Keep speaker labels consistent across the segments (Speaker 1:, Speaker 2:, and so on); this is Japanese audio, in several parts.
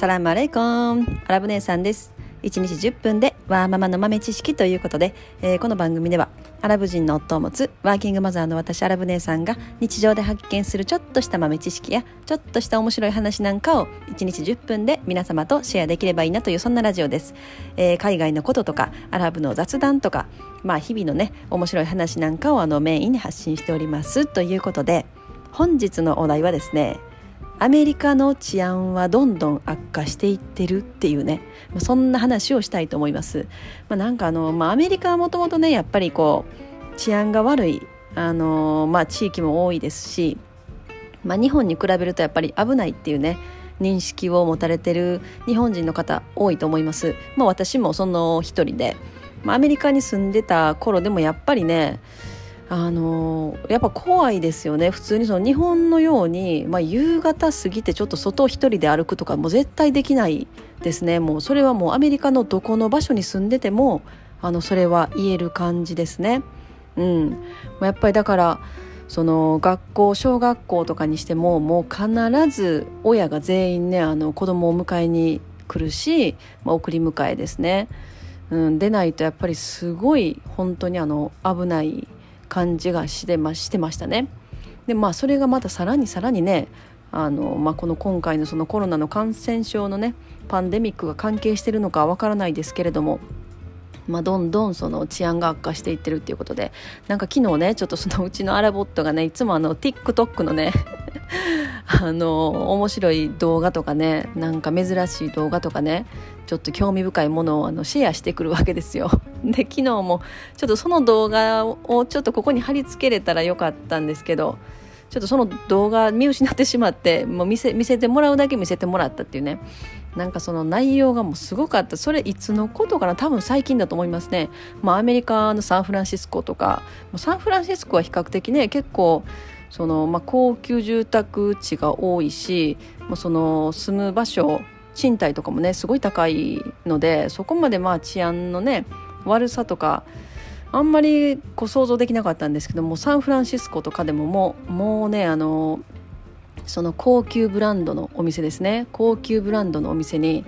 Speaker 1: サラムアレイコン、アラブ姉さんです。1日10分でワーママの豆知識ということで、この番組ではアラブ人の夫を持つワーキングマザーの私アラブ姉さんが日常で発見するちょっとした豆知識やちょっとした面白い話なんかを1日10分で皆様とシェアできればいいなというそんなラジオです。海外のこととかアラブの雑談とか、日々のね面白い話なんかをメインに発信しておりますということで、本日のお題はですね、アメリカの治安はどんどん悪化していってるっていうね、そんな話をしたいと思います。アメリカはもともとねやっぱり治安が悪い地域も多いですし、日本に比べるとやっぱり危ないっていうね認識を持たれてる日本人の方多いと思います。私もその一人で、アメリカに住んでた頃でもやっぱりねやっぱ怖いですよね。普通にその日本のように、夕方過ぎてちょっと外を一人で歩くとかもう絶対できないですね。もうそれはもうアメリカのどこの場所に住んでてもそれは言える感じですね。やっぱりだからその学校小学校とかにしてももう必ず親が全員ね子供を迎えに来るし、送り迎えですね。でないとやっぱりすごい本当に危ない感じがしてましたね。でそれがまたさらにねこの今回のそのコロナの感染症のねパンデミックが関係しているのかわからないですけれども、どんどんその治安が悪化していってるっていうことで、昨日ねちょっとそのうちのアラボットがねいつもTikTok のね面白い動画とかね珍しい動画とかねちょっと興味深いものをシェアしてくるわけですよ。で昨日もちょっとその動画をちょっとここに貼り付けれたらよかったんですけど、ちょっとその動画見失ってしまって、もう見せてもらうだけ見せてもらったっていうね、その内容がもうすごかった。それいつのことかな、多分最近だと思いますね。アメリカのサンフランシスコとか、サンフランシスコは比較的ね結構その、高級住宅地が多いし、その住む場所賃貸とかもねすごい高いので、そこまで治安のね悪さとかあんまり想像できなかったんですけども、サンフランシスコとかでももうねその高級ブランドのお店ですね、高級ブランドのお店に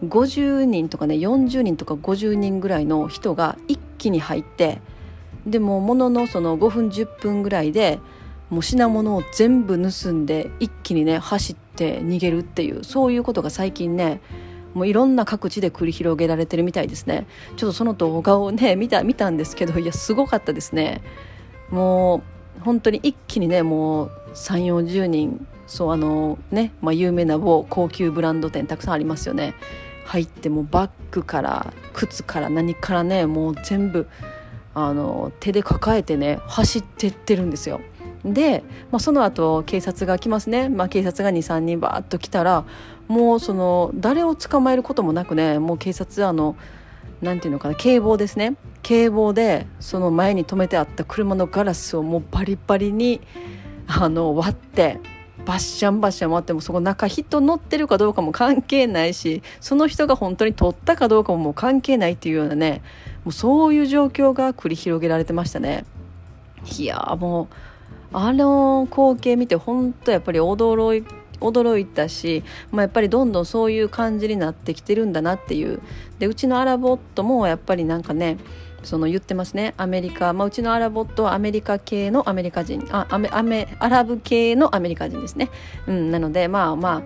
Speaker 1: 50人とかね40人とか50人ぐらいの人が一気に入って、でものその5分10分ぐらいでもう品物を全部盗んで一気にね走って逃げるっていう、そういうことが最近ねもういろんな各地で繰り広げられてるみたいですね。ちょっとその動画をね見たんですけど、いやすごかったですね。もう本当に一気にねもう3、40人、そう有名な高級ブランド店たくさんありますよね。入ってもバッグから靴から何からねもう全部手で抱えてね走ってってるんですよ。で、その後警察が来ますね。警察が 2,3 人バーッと来たら、もうその誰を捕まえることもなくね、もう警察なんていうのかな、警棒ですね、警棒でその前に止めてあった車のガラスをもうバリバリに割ってバッシャンバッシャン割って、もそこ中人乗ってるかどうかも関係ないし、その人が本当に取ったかどうかももう関係ないっていうようなね、もうそういう状況が繰り広げられてましたね。いやもう光景見て本当やっぱり驚いたし、やっぱりどんどんそういう感じになってきてるんだなっていう。でうちのアラボットもやっぱりその言ってますね。アメリカ、うちのアラボットはアメリカ系のアメリカ人、アラブ系のアメリカ人ですね。なので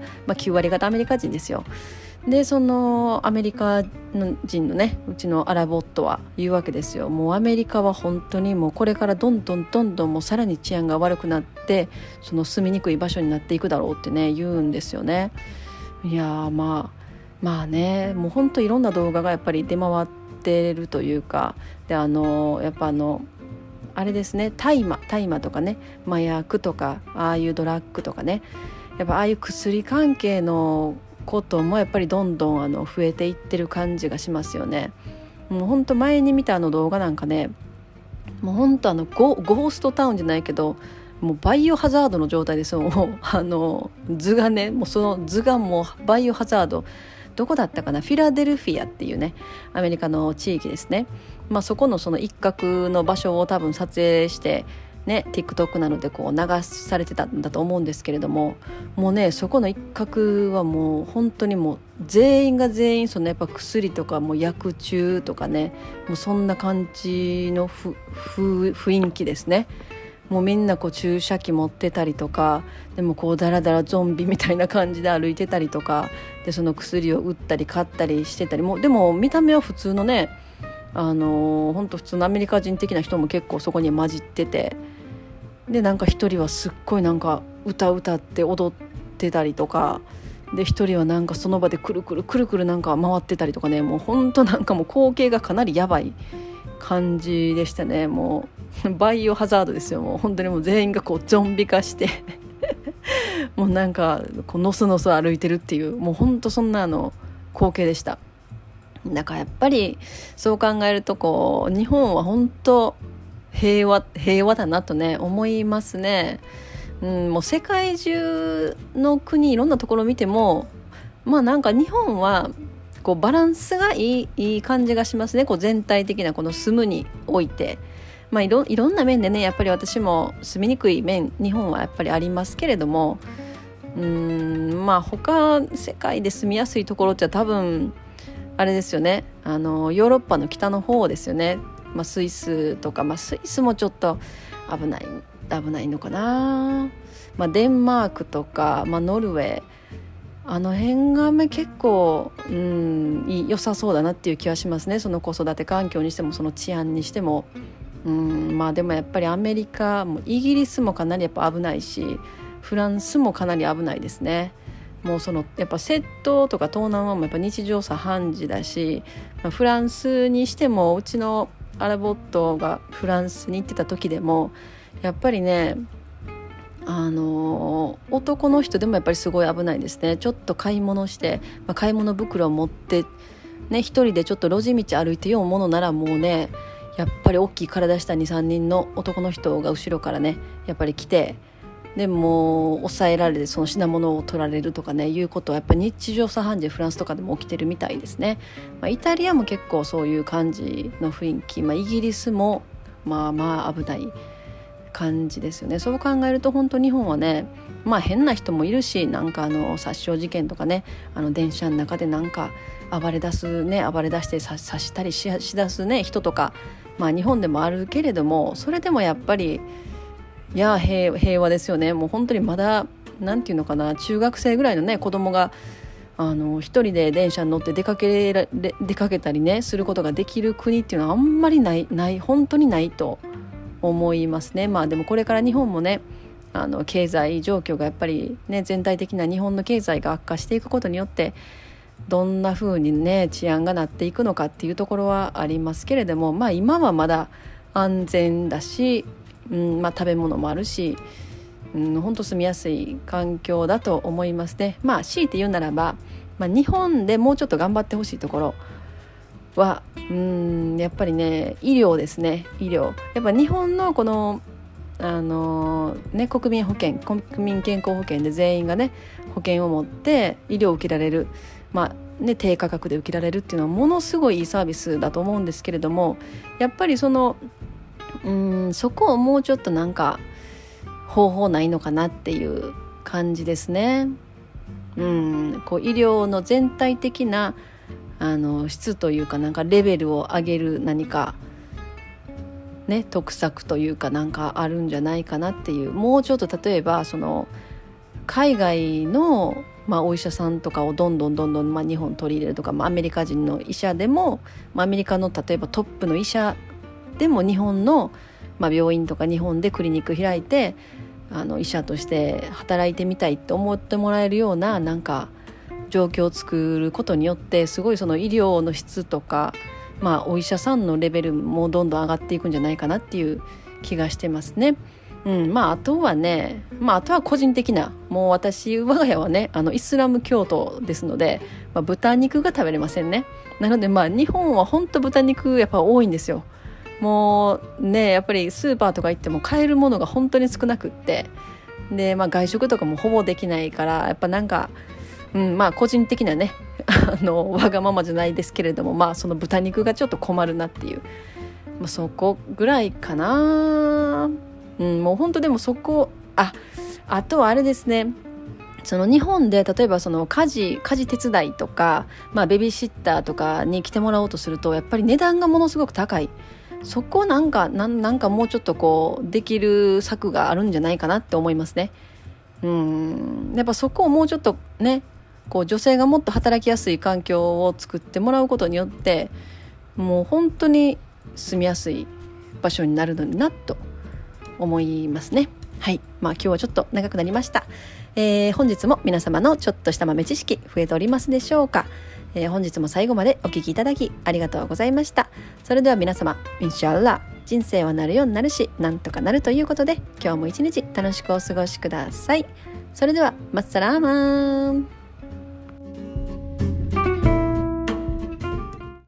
Speaker 1: 9割方アメリカ人ですよ。でそのアメリカ人のねうちのアラボットは言うわけですよ。もうアメリカは本当にもうこれからどんどんもうさらに治安が悪くなって、その住みにくい場所になっていくだろうってね言うんですよね。いやねもう本当いろんな動画がやっぱり出回ってるというかで、やっぱあれですね、大麻とかね麻薬とかああいうドラッグとかね、やっぱああいう薬関係のこともやっぱりどんどん増えていってる感じがしますよね。もう本当前に見た動画なんかね、もう本当ゴーストタウンじゃないけどもうバイオハザードの状態ですよ。もう図がねもうその図がもうバイオハザード、どこだったかな、フィラデルフィアっていうねアメリカの地域ですね。そこのその一角の場所を多分撮影してね TikTok などでこう流されてたんだと思うんですけれども、もうねそこの一角はもう本当にもう全員が全員そのやっぱ薬とかもう薬中とかね、もうそんな感じの雰囲気ですね。もうみんなこう注射器持ってたりとか、でもこうだらだらゾンビみたいな感じで歩いてたりとかで、その薬を打ったり買ったりしてたり、もうでも見た目は普通のね本当普通のアメリカ人的な人も結構そこに混じってて、でなんか一人はすっごいなんか歌って踊ってたりとかで、一人はなんかその場でくるくるなんか回ってたりとかね、もう本当なんかもう光景がかなりやばい感じでしたね。もうバイオハザードですよ。もう本当にもう全員がこうゾンビ化してもうなんかこうのそのそ歩いてるっていう、もう本当そんな光景でした。だからやっぱりそう考えるとこう日本は本当平和だなとね思いますね。もう世界中の国いろんなところを見ても、まあなんか日本はこうバランスがいい感じがしますね。こう全体的なこの住むにおいて、まあいろんな面でねやっぱり私も住みにくい面日本はやっぱりありますけれども、まあ他世界で住みやすいところって多分あれですよね、ヨーロッパの北の方ですよね。スイスとか、スイスもちょっと危ないのかな、デンマークとか、ノルウェーあの辺が結構、良さそうだなっていう気はしますね。その子育て環境にしてもその治安にしても、でもやっぱりアメリカもイギリスもかなりやっぱ危ないし、フランスもかなり危ないですね。もうやっぱ窃盗とか盗難はもうやっぱ日常茶飯事だし、フランスにしてもうちのアラボットがフランスに行ってた時でもやっぱりね男の人でもやっぱりすごい危ないですね。ちょっと買い物して、買い物袋を持ってね一人でちょっと路地道歩いてようものならもうねやっぱり大きい体した 2,3 人の男の人が後ろからねやっぱり来て、でもう抑えられてその品物を取られるとかねいうことはやっぱり日常茶飯事、フランスとかでも起きてるみたいですね。イタリアも結構そういう感じの雰囲気、イギリスも危ない感じですよね。そう考えると本当日本はね、変な人もいるし、なんか殺傷事件とかね電車の中でなんか暴れ出して刺したりしだすね人とか、日本でもあるけれども、それでもやっぱり平和ですよね。もう本当にまだなんていうのかな、中学生ぐらいのね子供が一人で電車に乗って出かけたりねすることができる国っていうのはあんまりない本当にないと思いますね。でもこれから日本もね経済状況がやっぱりね全体的な日本の経済が悪化していくことによってどんな風にね治安がなっていくのかっていうところはありますけれども、今はまだ安全だし、食べ物もあるし、本当住みやすい環境だと思いますね。強いて言うならば、日本でもうちょっと頑張ってほしいところはやっぱりね医療ですね。医療やっぱ日本のこの国民健康保険で全員がね保険を持って医療を受けられる、低価格で受けられるっていうのはものすごいいいサービスだと思うんですけれども、やっぱりそこをもうちょっとなんか方法ないのかなっていう感じですね。こう医療の全体的な質というかなんかレベルを上げる何かね得策というかなんかあるんじゃないかなっていう、もうちょっと例えば海外のお医者さんとかをどんどん日本取り入れるとか、アメリカ人の医者でも、アメリカの例えばトップの医者でも日本の、病院とか日本でクリニック開いて医者として働いてみたいって思ってもらえるようななんか状況を作ることによってすごいその医療の質とか、お医者さんのレベルもどんどん上がっていくんじゃないかなっていう気がしてますね。あとはね、あとは個人的な、もう我が家はねイスラム教徒ですので、豚肉が食べれませんね。なので日本は本当豚肉やっぱ多いんですよ。もうねやっぱりスーパーとか行っても買えるものが本当に少なくって、で、外食とかもほぼできないから、やっぱなんか、個人的なねわがままじゃないですけれども、その豚肉がちょっと困るなっていう、そこぐらいかな。 もう本当でもそこ、あとはあれですね、その日本で例えばその家事手伝いとか、ベビーシッターとかに来てもらおうとするとやっぱり値段がものすごく高い。そこなんかもうちょっとこうできる策があるんじゃないかなって思いますね。やっぱそこをもうちょっとね、こう女性がもっと働きやすい環境を作ってもらうことによってもう本当に住みやすい場所になるのになと思いますね。はい、今日はちょっと長くなりました。本日も皆様のちょっとした豆知識増えておりますでしょうか。本日も最後までお聞きいただきありがとうございました。それでは皆様、インシャアラ人生はなるようになるし、なんとかなるということで、今日も一日楽しくお過ごしください。それではマッサラーマン。